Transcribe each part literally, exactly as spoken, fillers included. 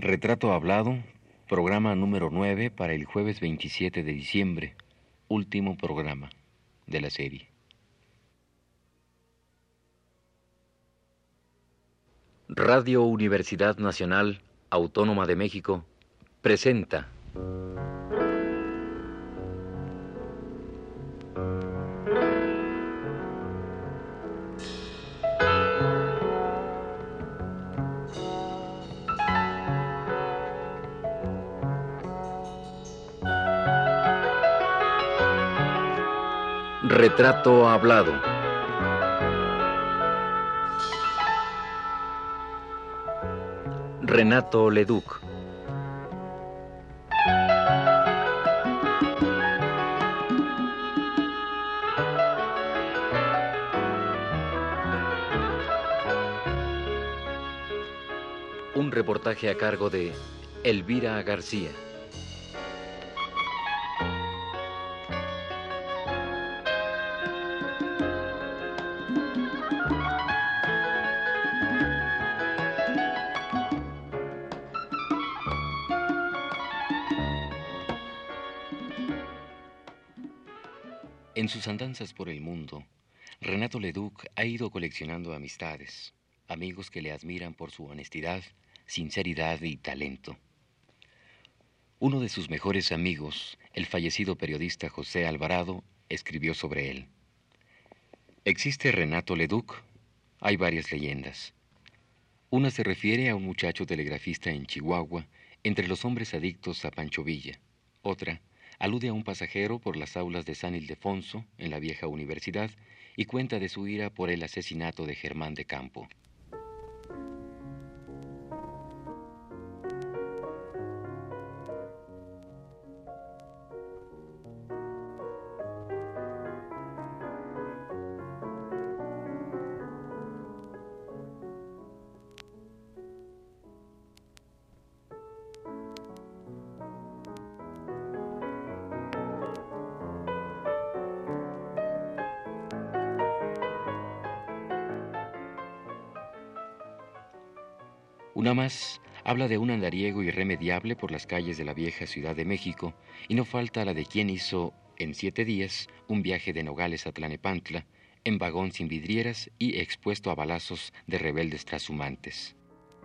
Retrato Hablado, programa número nueve para el jueves veintisiete de diciembre, último programa de la serie. Radio Universidad Nacional Autónoma de México presenta Retrato Hablado. Renato Leduc. Un reportaje a cargo de Elvira García. En sus andanzas por el mundo, Renato Leduc ha ido coleccionando amistades, amigos que le admiran por su honestidad, sinceridad y talento. Uno de sus mejores amigos, el fallecido periodista José Alvarado, escribió sobre él. ¿Existe Renato Leduc? Hay varias leyendas. Una se refiere a un muchacho telegrafista en Chihuahua, entre los hombres adictos a Pancho Villa. Otra alude a un pasajero por las aulas de San Ildefonso, en la vieja universidad, y cuenta de su ira por el asesinato de Germán de Campo. Una más habla de un andariego irremediable por las calles de la vieja Ciudad de México, y no falta la de quien hizo, en siete días, un viaje de Nogales a Tlanepantla, en vagón sin vidrieras y expuesto a balazos de rebeldes trashumantes.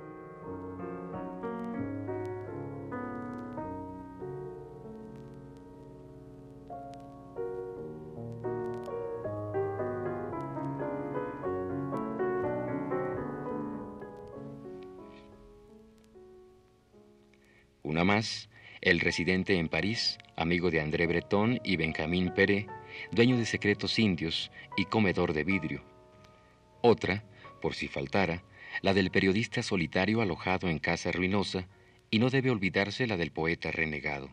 Una más, el residente en París, amigo de André Breton y Benjamín Pérez, dueño de secretos indios y comedor de vidrio. Otra, por si faltara, la del periodista solitario alojado en casa ruinosa, y no debe olvidarse la del poeta renegado.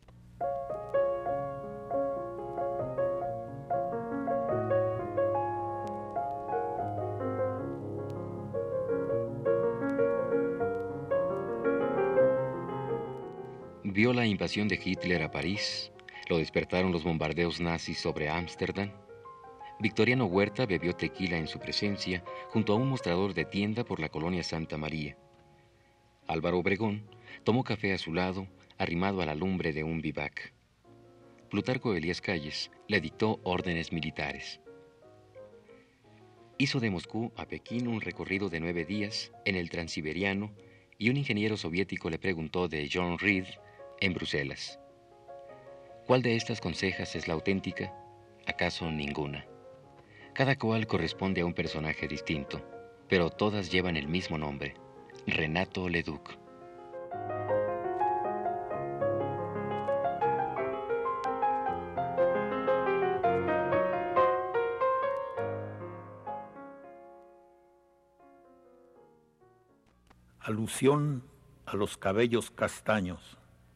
Vio la invasión de Hitler a París, lo despertaron los bombardeos nazis sobre Ámsterdam. Victoriano Huerta bebió tequila en su presencia junto a un mostrador de tienda por la colonia Santa María. Álvaro Obregón tomó café a su lado, arrimado a la lumbre de un vivac. Plutarco Elías Calles le dictó órdenes militares. Hizo de Moscú a Pekín un recorrido de nueve días en el Transiberiano, y un ingeniero soviético le preguntó de John Reed en Bruselas. ¿Cuál de estas consejas es la auténtica? ¿Acaso ninguna? Cada cual corresponde a un personaje distinto, pero todas llevan el mismo nombre, Renato Leduc. Alusión a los cabellos castaños.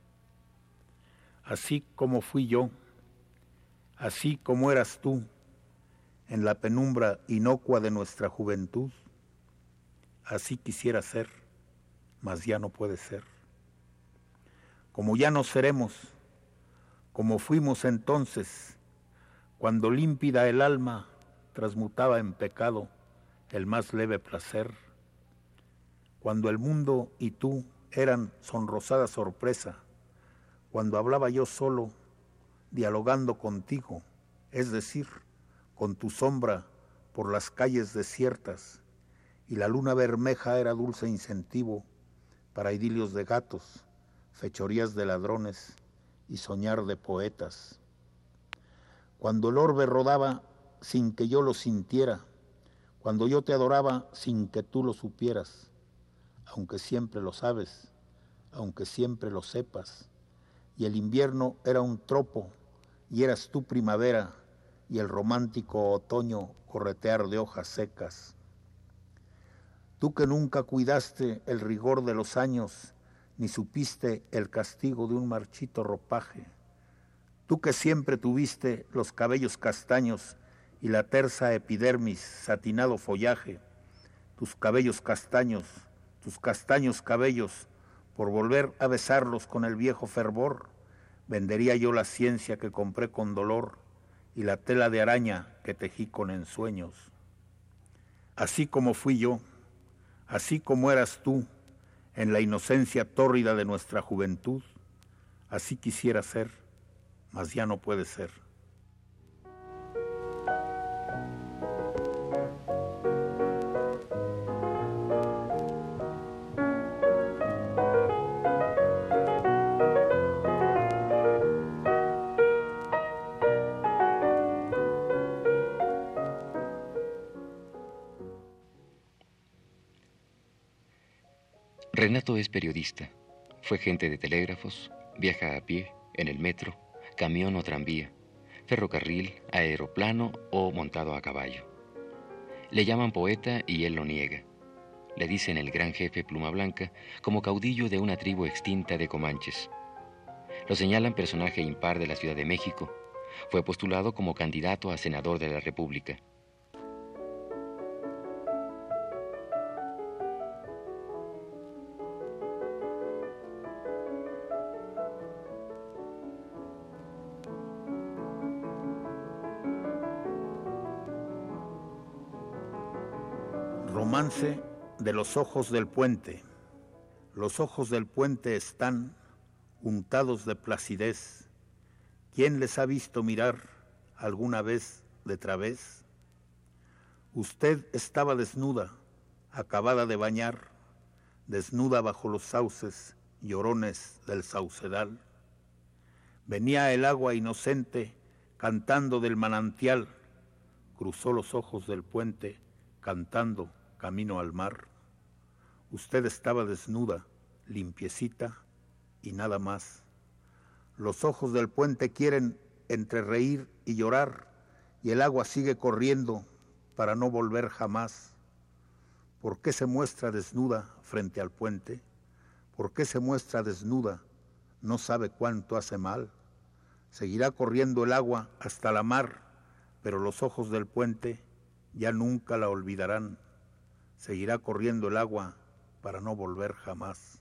Así como fui yo, así como eras tú, en la penumbra inocua de nuestra juventud, así quisiera ser, mas ya no puede ser. Como ya no seremos, como fuimos entonces, cuando límpida el alma transmutaba en pecado el más leve placer, cuando el mundo y tú eran sonrosada sorpresa cuando hablaba yo solo, dialogando contigo, es decir, con tu sombra por las calles desiertas, y la luna bermeja era dulce incentivo para idilios de gatos, fechorías de ladrones y soñar de poetas. Cuando el orbe rodaba sin que yo lo sintiera, cuando yo te adoraba sin que tú lo supieras, aunque siempre lo sabes, aunque siempre lo sepas, y el invierno era un tropo, y eras tú primavera, y el romántico otoño corretear de hojas secas. Tú que nunca cuidaste el rigor de los años, ni supiste el castigo de un marchito ropaje. Tú que siempre tuviste los cabellos castaños y la tersa epidermis, satinado follaje, tus cabellos castaños, tus castaños cabellos, por volver a besarlos con el viejo fervor, vendería yo la ciencia que compré con dolor y la tela de araña que tejí con ensueños. Así como fui yo, así como eras tú, en la inocencia tórrida de nuestra juventud, así quisiera ser, mas ya no puede ser. Renato es periodista, fue agente de telégrafos, viaja a pie, en el metro, camión o tranvía, ferrocarril, aeroplano o montado a caballo. Le llaman poeta y él lo niega. Le dicen el gran jefe Pluma Blanca como caudillo de una tribu extinta de comanches. Lo señalan personaje impar de la Ciudad de México. Fue postulado como candidato a senador de la República. Romance de los ojos del puente. Los ojos del puente están untados de placidez. ¿Quién les ha visto mirar alguna vez de través? Usted estaba desnuda, acabada de bañar, desnuda bajo los sauces llorones del saucedal. Venía el agua inocente cantando del manantial, cruzó los ojos del puente cantando camino al mar. Usted estaba desnuda, limpiecita y nada más. Los ojos del puente quieren entre reír y llorar, y el agua sigue corriendo para no volver jamás. ¿Por qué se muestra desnuda frente al puente? ¿Por qué se muestra desnuda? No sabe cuánto hace mal. Seguirá corriendo el agua hasta la mar, pero los ojos del puente ya nunca la olvidarán. Seguirá corriendo el agua para no volver jamás.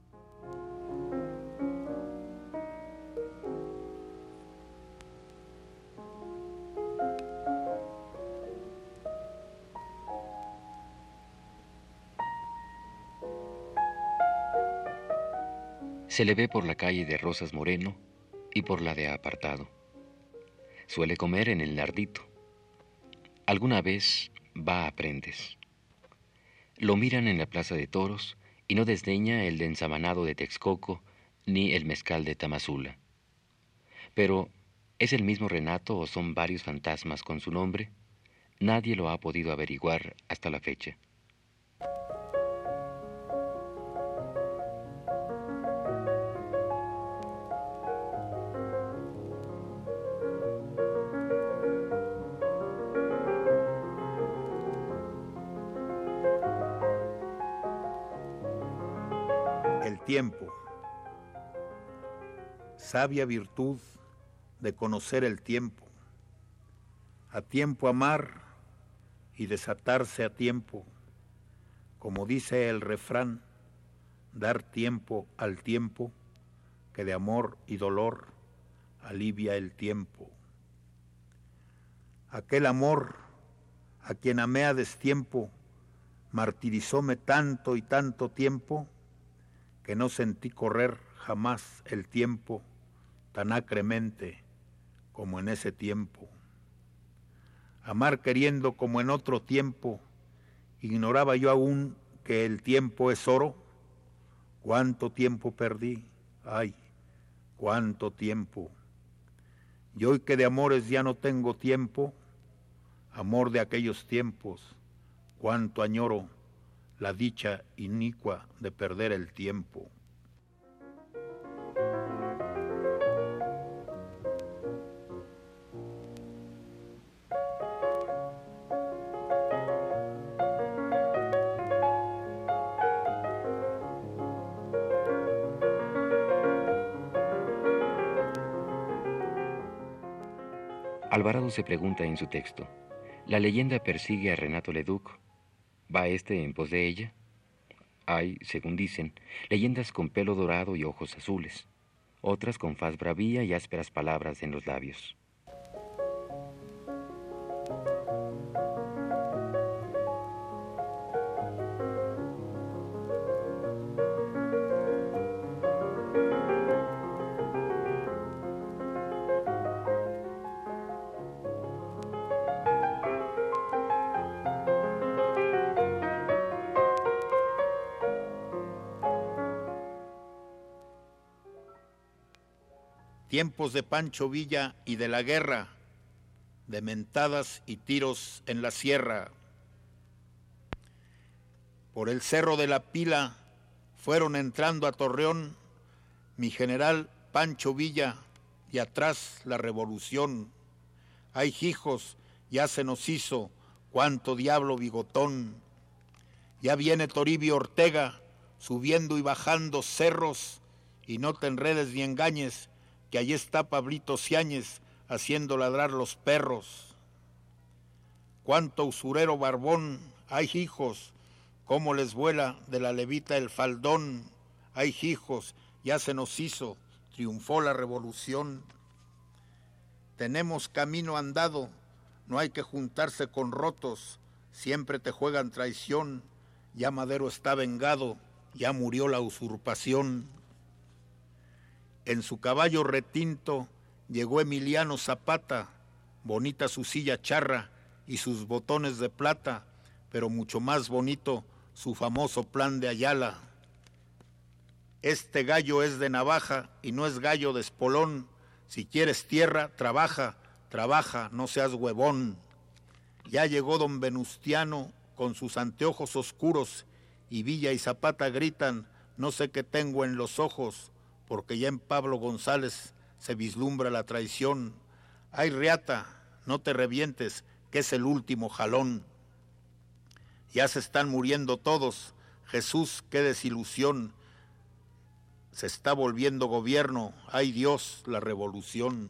Se le ve por la calle de Rosas Moreno y por la de Apartado. Suele comer en el Nardito. Alguna vez va a Prendes. Lo miran en la Plaza de Toros y no desdeña el de ensabanado de Texcoco ni el mezcal de Tamazula. Pero, ¿es el mismo Renato o son varios fantasmas con su nombre? Nadie lo ha podido averiguar hasta la fecha. El tiempo. Sabia virtud de conocer el tiempo. A tiempo amar y desatarse a tiempo. Como dice el refrán, dar tiempo al tiempo, que de amor y dolor alivia el tiempo. Aquel amor a quien amé a destiempo, martirizóme tanto y tanto tiempo, que no sentí correr jamás el tiempo tan acremente como en ese tiempo. Amar queriendo como en otro tiempo, ignoraba yo aún que el tiempo es oro. ¿Cuánto tiempo perdí? Ay, cuánto tiempo. Y hoy que de amores ya no tengo tiempo, amor de aquellos tiempos, cuánto añoro la dicha inicua de perder el tiempo. Alvarado se pregunta en su texto, ¿la leyenda persigue a Renato Leduc? ¿Va éste en pos de ella? Hay, según dicen, leyendas con pelo dorado y ojos azules, otras con faz bravía y ásperas palabras en los labios. Tiempos de Pancho Villa y de la guerra, de mentadas y tiros en la sierra. Por el cerro de la Pila fueron entrando a Torreón mi general Pancho Villa y atrás la revolución. Ay, hijos, ya se nos hizo, cuánto diablo bigotón. Ya viene Toribio Ortega subiendo y bajando cerros, y no te enredes ni engañes, que allí está Pablito Ciáñez haciendo ladrar los perros. Cuánto usurero barbón, ay hijos, cómo les vuela de la levita el faldón. Ay hijos, ya se nos hizo, triunfó la revolución. Tenemos camino andado, no hay que juntarse con rotos, siempre te juegan traición, ya Madero está vengado, ya murió la usurpación. En su caballo retinto llegó Emiliano Zapata, bonita su silla charra y sus botones de plata, pero mucho más bonito su famoso plan de Ayala. Este gallo es de navaja y no es gallo de espolón. Si quieres tierra, trabaja, trabaja, no seas huevón. Ya llegó don Venustiano con sus anteojos oscuros y Villa y Zapata gritan, no sé qué tengo en los ojos, porque ya en Pablo González se vislumbra la traición. Ay, riata, no te revientes, que es el último jalón. Ya se están muriendo todos, Jesús, qué desilusión. Se está volviendo gobierno, ay Dios, la revolución.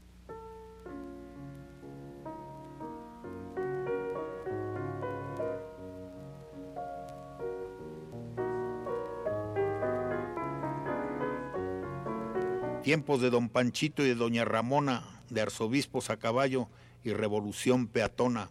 Tiempos de don Panchito y de doña Ramona, de arzobispos a caballo y revolución peatona.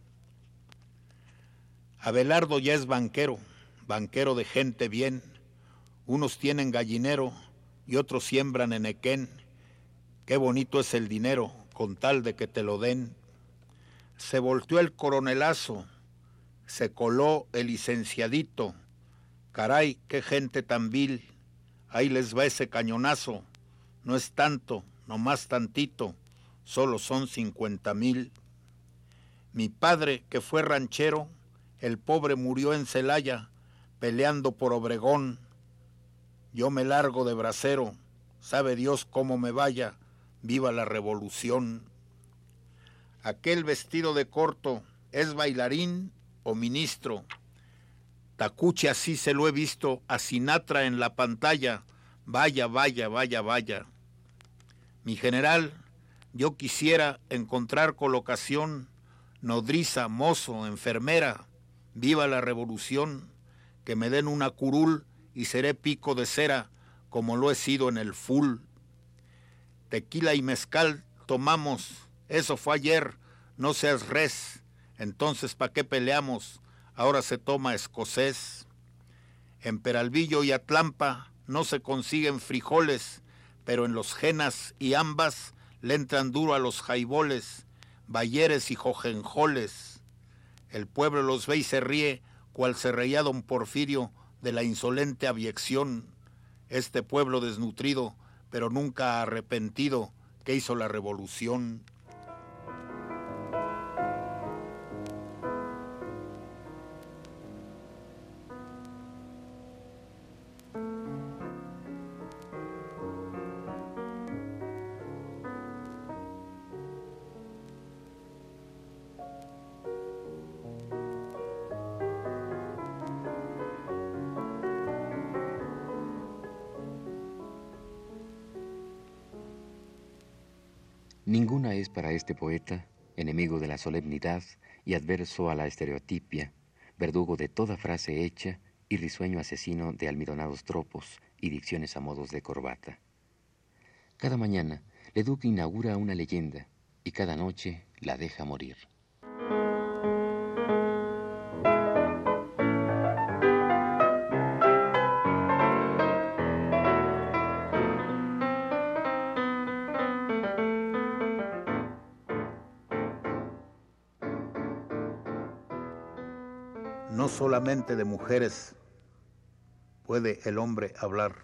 Abelardo ya es banquero, banquero de gente bien. Unos tienen gallinero y otros siembran enequén. Qué bonito es el dinero, con tal de que te lo den. Se volteó el coronelazo, se coló el licenciadito. Caray, qué gente tan vil, ahí les va ese cañonazo. No es tanto, nomás tantito, solo son cincuenta mil. Mi padre, que fue ranchero, el pobre murió en Celaya, peleando por Obregón. Yo me largo de bracero, sabe Dios cómo me vaya, viva la revolución. Aquel vestido de corto, ¿es bailarín o ministro? Tacuche así se lo he visto a Sinatra en la pantalla, vaya, vaya, vaya, vaya. Mi general, yo quisiera encontrar colocación, nodriza, mozo, enfermera, viva la revolución, que me den una curul y seré pico de cera, como lo he sido en el full. Tequila y mezcal tomamos, eso fue ayer, no seas res, entonces ¿pa' qué peleamos? Ahora se toma escocés. En Peralvillo y Atlampa no se consiguen frijoles, pero en los Jenas y ambas le entran duro a los jaiboles, bayeres y jojenjoles. El pueblo los ve y se ríe, cual se reía don Porfirio de la insolente abyección. Este pueblo desnutrido, pero nunca arrepentido, que hizo la revolución. Ninguna es para este poeta, enemigo de la solemnidad y adverso a la estereotipia, verdugo de toda frase hecha y risueño asesino de almidonados tropos y dicciones a modos de corbata. Cada mañana, Leduc inaugura una leyenda y cada noche la deja morir. No solamente de mujeres puede el hombre hablar.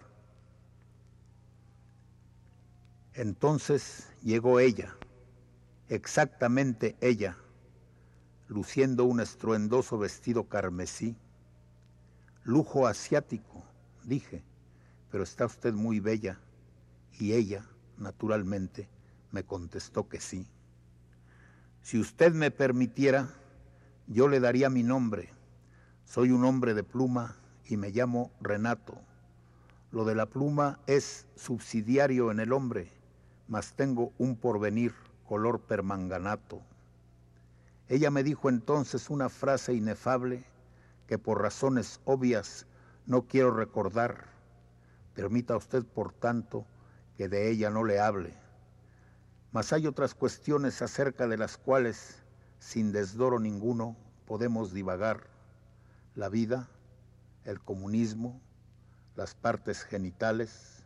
Entonces llegó ella, exactamente ella, luciendo un estruendoso vestido carmesí. Lujo asiático, dije, pero está usted muy bella. Y ella, naturalmente, me contestó que sí. Si usted me permitiera, yo le daría mi nombre. Soy un hombre de pluma y me llamo Renato. Lo de la pluma es subsidiario en el hombre, mas tengo un porvenir color permanganato. Ella me dijo entonces una frase inefable que por razones obvias no quiero recordar. Permita usted, por tanto, que de ella no le hable. Mas hay otras cuestiones acerca de las cuales, sin desdoro ninguno, podemos divagar. La vida, el comunismo, las partes genitales.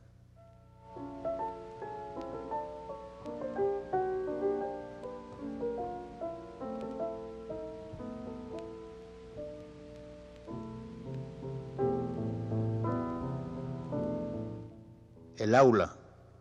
El aula.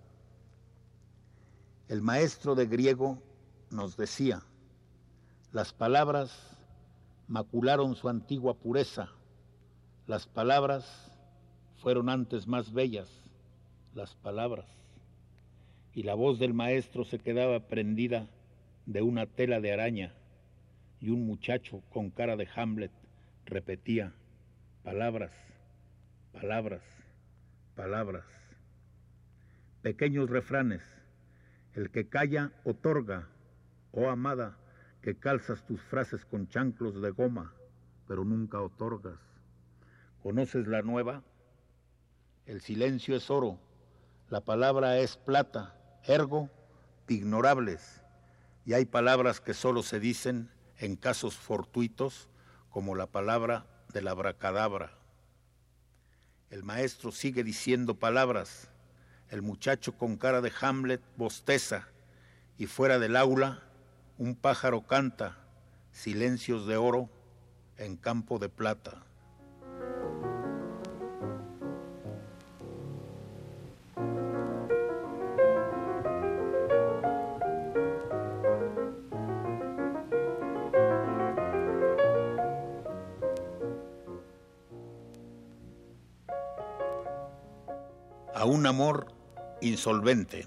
El maestro de griego nos decía, las palabras macularon su antigua pureza. Las palabras fueron antes más bellas, las palabras. Y la voz del maestro se quedaba prendida de una tela de araña, y un muchacho con cara de Hamlet repetía, palabras, palabras, palabras. Pequeños refranes, el que calla otorga, oh amada, que calzas tus frases con chanclos de goma, pero nunca otorgas. ¿Conoces la nueva? El silencio es oro, la palabra es plata, ergo, ignorables. Y hay palabras que solo se dicen en casos fortuitos, como la palabra del abracadabra. El maestro sigue diciendo palabras, el muchacho con cara de Hamlet bosteza, y fuera del aula, un pájaro canta, silencios de oro en campo de plata. A un amor insolvente.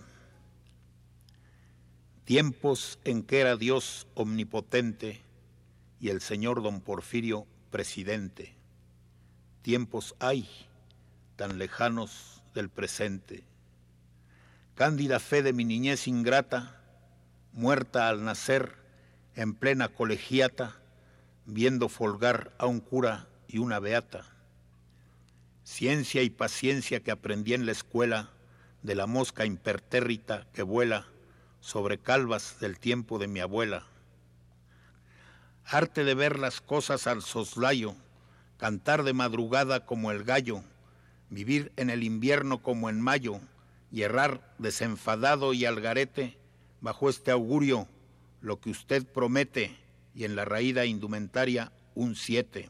Tiempos en que era Dios omnipotente y el señor don Porfirio presidente. Tiempos hay tan lejanos del presente. Cándida fe de mi niñez ingrata, muerta al nacer en plena colegiata, viendo folgar a un cura y una beata. Ciencia y paciencia que aprendí en la escuela de la mosca impertérrita que vuela sobre calvas del tiempo de mi abuela. Arte de ver las cosas al soslayo cantar de madrugada como el gallo, vivir en el invierno como en mayo, y errar desenfadado y al garete, bajo este augurio, lo que usted promete, y en la raída indumentaria un siete.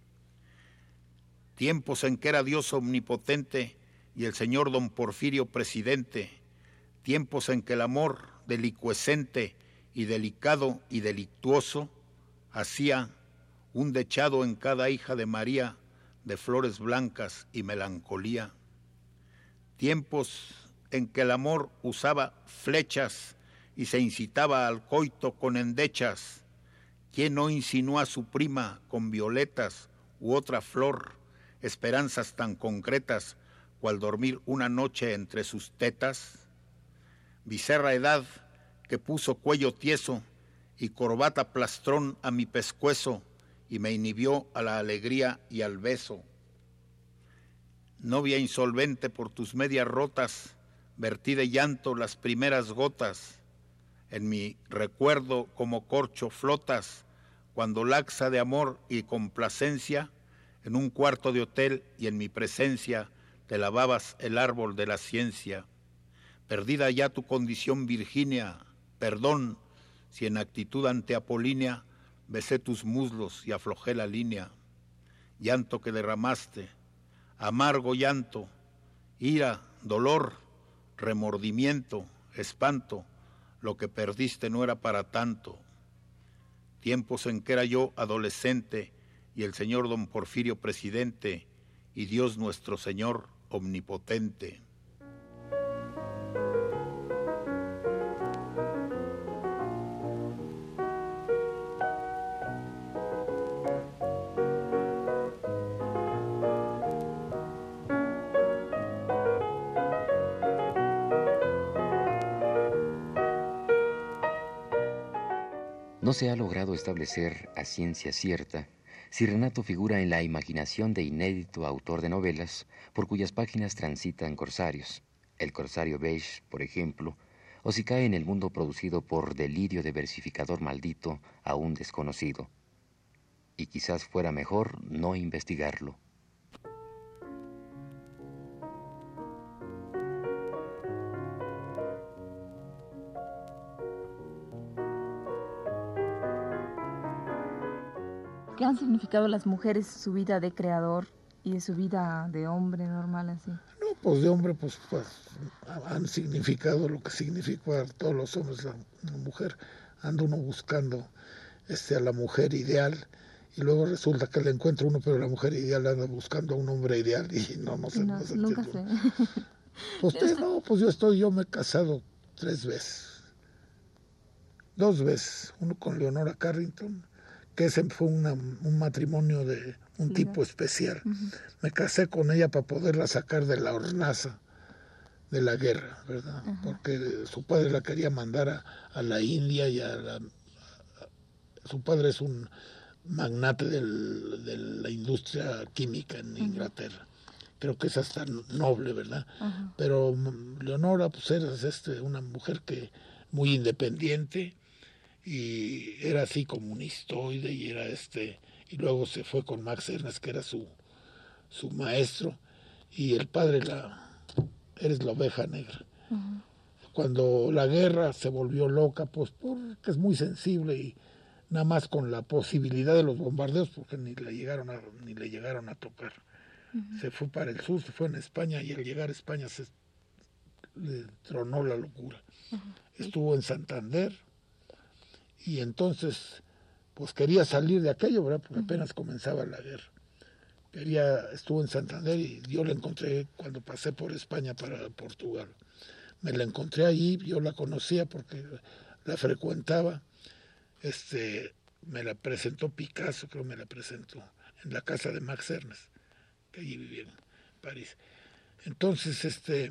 Tiempos en que era Dios omnipotente y el señor don Porfirio presidente, tiempos en que el amor delicuescente y delicado y delictuoso hacía un dechado en cada hija de María de flores blancas y melancolía. Tiempos en que el amor usaba flechas y se incitaba al coito con endechas. ¿Quién no insinuó a su prima con violetas u otra flor esperanzas tan concretas cual dormir una noche entre sus tetas? Bizarra edad que puso cuello tieso y corbata plastrón a mi pescuezo y me inhibió a la alegría y al beso. Novia insolvente, por tus medias rotas vertí de llanto las primeras gotas. En mi recuerdo como corcho flotas cuando laxa de amor y complacencia en un cuarto de hotel y en mi presencia te lavabas el árbol de la ciencia. Perdida ya tu condición Virginia, perdón si en actitud ante Apolínea besé tus muslos y aflojé la línea. Llanto que derramaste, amargo llanto, ira, dolor, remordimiento, espanto, lo que perdiste no era para tanto. Tiempos en que era yo adolescente y el señor don Porfirio presidente y Dios nuestro Señor omnipotente. No se ha logrado establecer a ciencia cierta si Renato figura en la imaginación de inédito autor de novelas por cuyas páginas transitan corsarios, el corsario beige, por ejemplo, o si cae en el mundo producido por delirio de versificador maldito aún desconocido. Y quizás fuera mejor no investigarlo. ¿Qué han significado las mujeres su vida de creador y de su vida de hombre normal así? No, pues de hombre, pues, pues han significado lo que significa a todos los hombres la, la mujer. Anda uno buscando este, a la mujer ideal y luego resulta que la encuentra uno, pero la mujer ideal anda buscando a un hombre ideal y no, no sé. No, No sé nunca sé. Pues usted no, pues yo estoy, yo me he casado tres veces. Dos veces, uno con Leonora Carrington, que ese fue una, un matrimonio de un sí, tipo especial. Uh-huh. Me casé con ella para poderla sacar de la hornaza de la guerra, ¿verdad? Uh-huh. Porque su padre la quería mandar a, a la India y a la... A, su padre es un magnate del, de la industria química en uh-huh. Inglaterra. Creo que es hasta noble, ¿verdad? Uh-huh. Pero Leonora, pues era este, una mujer que muy independiente, y era así comunistoide y era este y luego se fue con Max Ernst, que era su su maestro, y el padre la eres la oveja negra. Uh-huh. Cuando la guerra se volvió loca, pues porque es muy sensible y nada más con la posibilidad de los bombardeos, porque ni le llegaron a ni le llegaron a tocar. Uh-huh. Se fue para el sur, se fue en España y al llegar a España se le tronó la locura. Uh-huh. Estuvo en Santander. Y entonces, pues quería salir de aquello, ¿verdad? Porque apenas comenzaba la guerra. Quería, estuvo en Santander y yo la encontré cuando pasé por España para Portugal. Me la encontré allí, yo la conocía porque la frecuentaba. Este, me la presentó Picasso, creo me la presentó, en la casa de Max Ernst, que allí vivía en París. Entonces, este,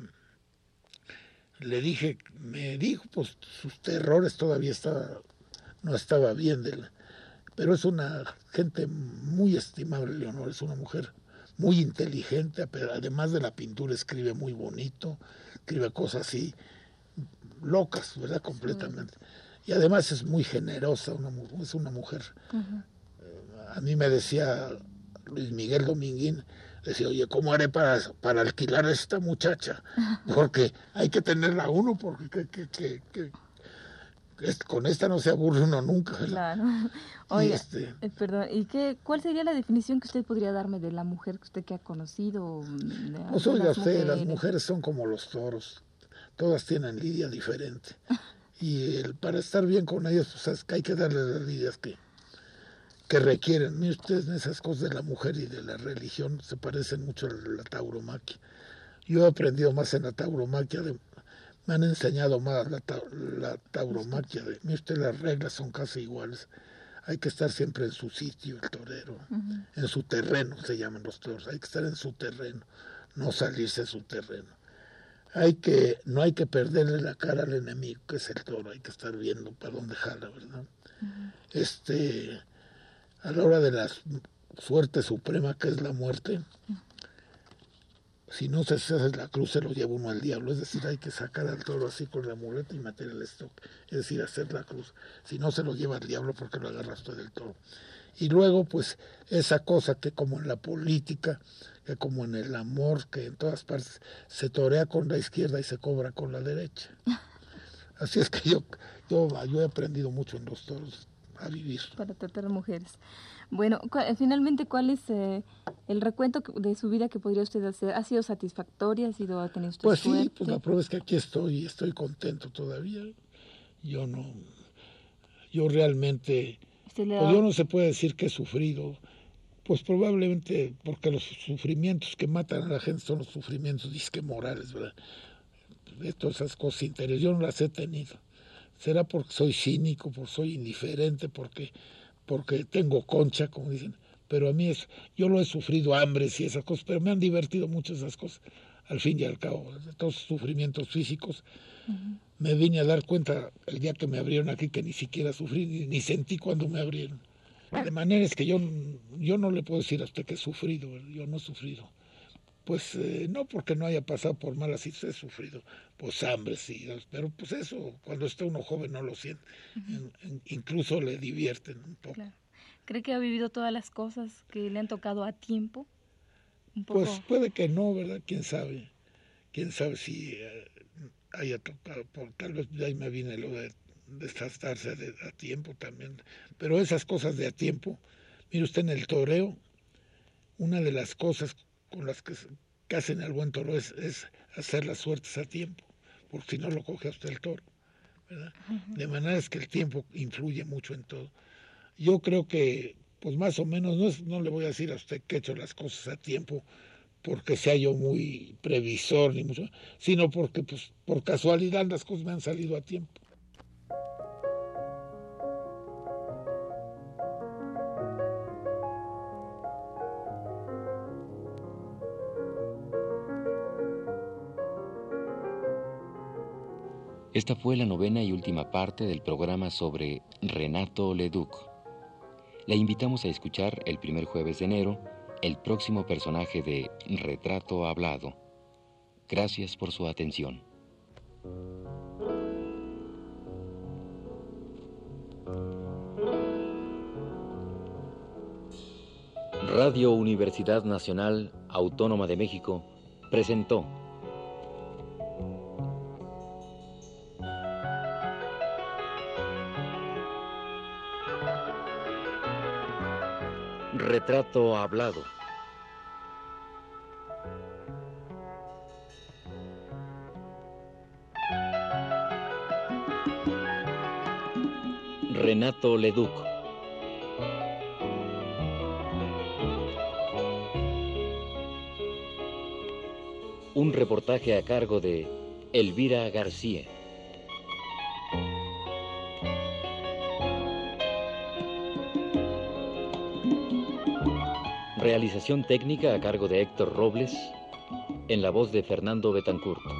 le dije, me dijo, pues sus terrores todavía estaba... no estaba bien, de la, pero es una gente muy estimable, Leonor, es una mujer muy inteligente, pero además de la pintura escribe muy bonito, escribe cosas así locas, ¿verdad? Completamente. Sí. Y además es muy generosa, una, es una mujer. Uh-huh. A mí me decía, Luis Miguel Dominguín, decía, oye, ¿cómo haré para, para alquilar a esta muchacha? Porque hay que tenerla uno, porque que, que, que, que, que con esta no se aburre uno nunca, ¿verdad? Claro. Oye, y este, eh, perdón, ¿y qué, cuál sería la definición que usted podría darme de la mujer que usted que ha conocido? De, pues de oiga las usted, mujeres? las mujeres son como los toros, todas tienen lidia diferente. Y el, para estar bien con ellas, pues es que hay que darle las lidias que, que requieren. Mire ustedes, en esas cosas de la mujer y de la religión se parecen mucho a la tauromaquia. Yo he aprendido más en la tauromaquia, de, me han enseñado más la, ta, la tauromaquia. De, mire usted, las reglas son casi iguales. Hay que estar siempre en su sitio, el torero, uh-huh. en su terreno, se llaman los toros. Hay que estar en su terreno, no salirse de su terreno. Hay que, no hay que perderle la cara al enemigo, que es el toro, hay que estar viendo para dónde jala, ¿verdad? Uh-huh. Este, a la hora de la suerte suprema, que es la muerte, uh-huh. si no se hace la cruz, se lo lleva uno al diablo, es decir, hay que sacar al toro así con la muleta y meter el estoque, es decir, hacer la cruz, si no se lo lleva al diablo porque lo agarra usted del toro. Y luego, pues, esa cosa que como en la política, que como en el amor, que en todas partes se torea con la izquierda y se cobra con la derecha. Así es que yo, yo, yo he aprendido mucho en los toros a vivir. Para tratar mujeres. Bueno, cu- finalmente, ¿cuál es eh, el recuento de su vida que podría usted hacer? ¿Ha sido satisfactoria? ¿Ha sido, ha tenido usted pues suerte? Sí, pues la prueba es que aquí estoy y estoy contento todavía. Yo no, yo realmente... Pues yo no se puede decir que he sufrido, pues probablemente porque los sufrimientos que matan a la gente son los sufrimientos disque morales, ¿verdad? De todas esas cosas interiores, yo no las he tenido. Será porque soy cínico, porque soy indiferente, porque, porque tengo concha, como dicen, pero a mí es, yo lo he sufrido, hambres y esas cosas, pero me han divertido mucho esas cosas, al fin y al cabo, de todos los sufrimientos físicos. Uh-huh. Me vine a dar cuenta el día que me abrieron aquí que ni siquiera sufrí, ni, ni sentí cuando me abrieron. De manera es que yo, yo no le puedo decir a usted que he sufrido, yo no he sufrido. Pues eh, no porque no haya pasado por malas situaciones, he sufrido pues hambre, sí, pero pues eso, cuando está uno joven no lo siente, uh-huh. en, en, incluso le divierten un poco. Claro. ¿Cree que ha vivido todas las cosas que le han tocado a tiempo? Un poco... Pues puede que no, ¿verdad? ¿Quién sabe? ¿Quién sabe si... Eh, haya tocado, por, tal vez de ahí me viene lo de desgastarse de, a tiempo también, pero esas cosas de a tiempo, mire usted, en el toreo, una de las cosas con las que, que hacen al buen toro es, es hacer las suertes a tiempo, porque si no lo coge a usted el toro, ¿verdad? Uh-huh. De manera es que el tiempo influye mucho en todo. Yo creo que, pues más o menos, no, es, no le voy a decir a usted que he hecho las cosas a tiempo, porque sea yo muy previsor, ni mucho, sino porque pues, por casualidad las cosas me han salido a tiempo. Esta fue la novena y última parte del programa sobre Renato Leduc. La invitamos a escuchar el primer jueves de enero el próximo personaje de Retrato Hablado. Gracias por su atención. Radio Universidad Nacional Autónoma de México presentó Retrato Hablado. Renato Leduc. Un reportaje a cargo de Elvira García. Realización técnica a cargo de Héctor Robles, en la voz de Fernando Betancourt.